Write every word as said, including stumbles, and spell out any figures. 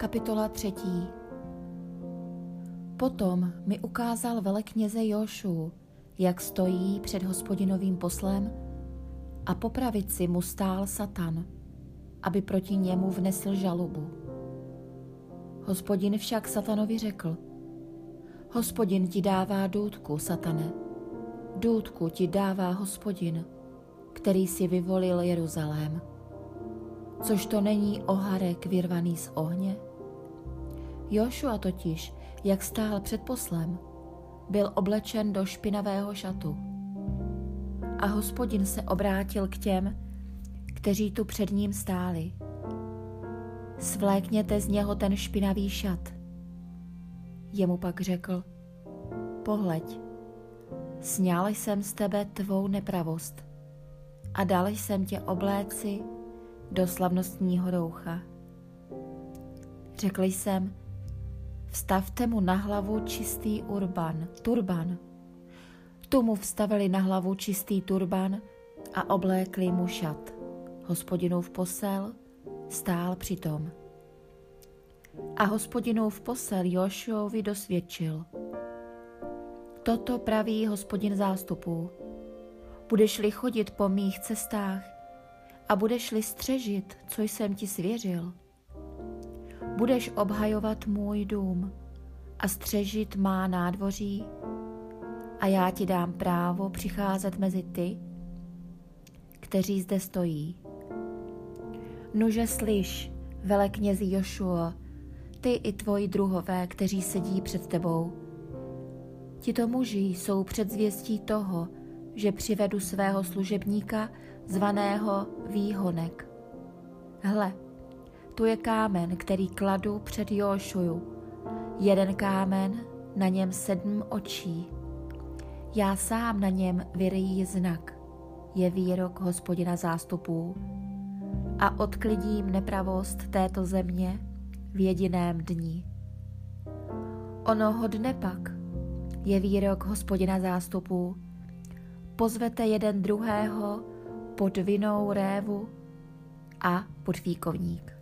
Kapitola třetí. Potom mi ukázal velekněze Jošuu, jak stojí před Hospodinovým poslem, a po pravici mu stál Satan, aby proti němu vnesl žalobu. Hospodin však Satanovi řekl: Hospodin ti dává důtku, Satane. Důtku ti dává Hospodin, který si vyvolil Jeruzalém. Což to není oharek vyrvaný z ohně? Jošua totiž, jak stál před poslem, byl oblečen do špinavého šatu. A Hospodin se obrátil k těm, kteří tu před ním stáli. Svlékněte z něho ten špinavý šat. Jemu pak řekl: Pohleď, sňal jsem z tebe tvou nepravost a dal jsem tě obléci do slavnostního roucha. Řekl jsem: Vstavte mu na hlavu čistý urban, turban. Tu mu vstavili na hlavu čistý turban a oblékli mu šat. Hospodinův posel stál přitom. A Hospodinův posel Jošuovi dosvědčil: Toto praví Hospodin zástupů. Budeš-li chodit po mých cestách a budeš-li střežit, co jsem ti svěřil, budeš obhajovat můj dům a střežit má nádvoří, a já ti dám právo přicházet mezi ty, kteří zde stojí. Nuže slyš, veleknězi Jošuo, ty i tvoji druhové, kteří sedí před tebou. Tito muži jsou předzvěstí toho, že přivedu svého služebníka zvaného Výhonek. Hle, tu je kámen, který kladu před Jošuju. Jeden kámen, na něm sedm očí. Já sám na něm vyryji znak, je výrok Hospodina zástupů, a odklidím nepravost této země v jediném dni. Onoho dne pak, je výrok Hospodina zástupů, pozvete jeden druhého pod vinou révu a pod fíkovník.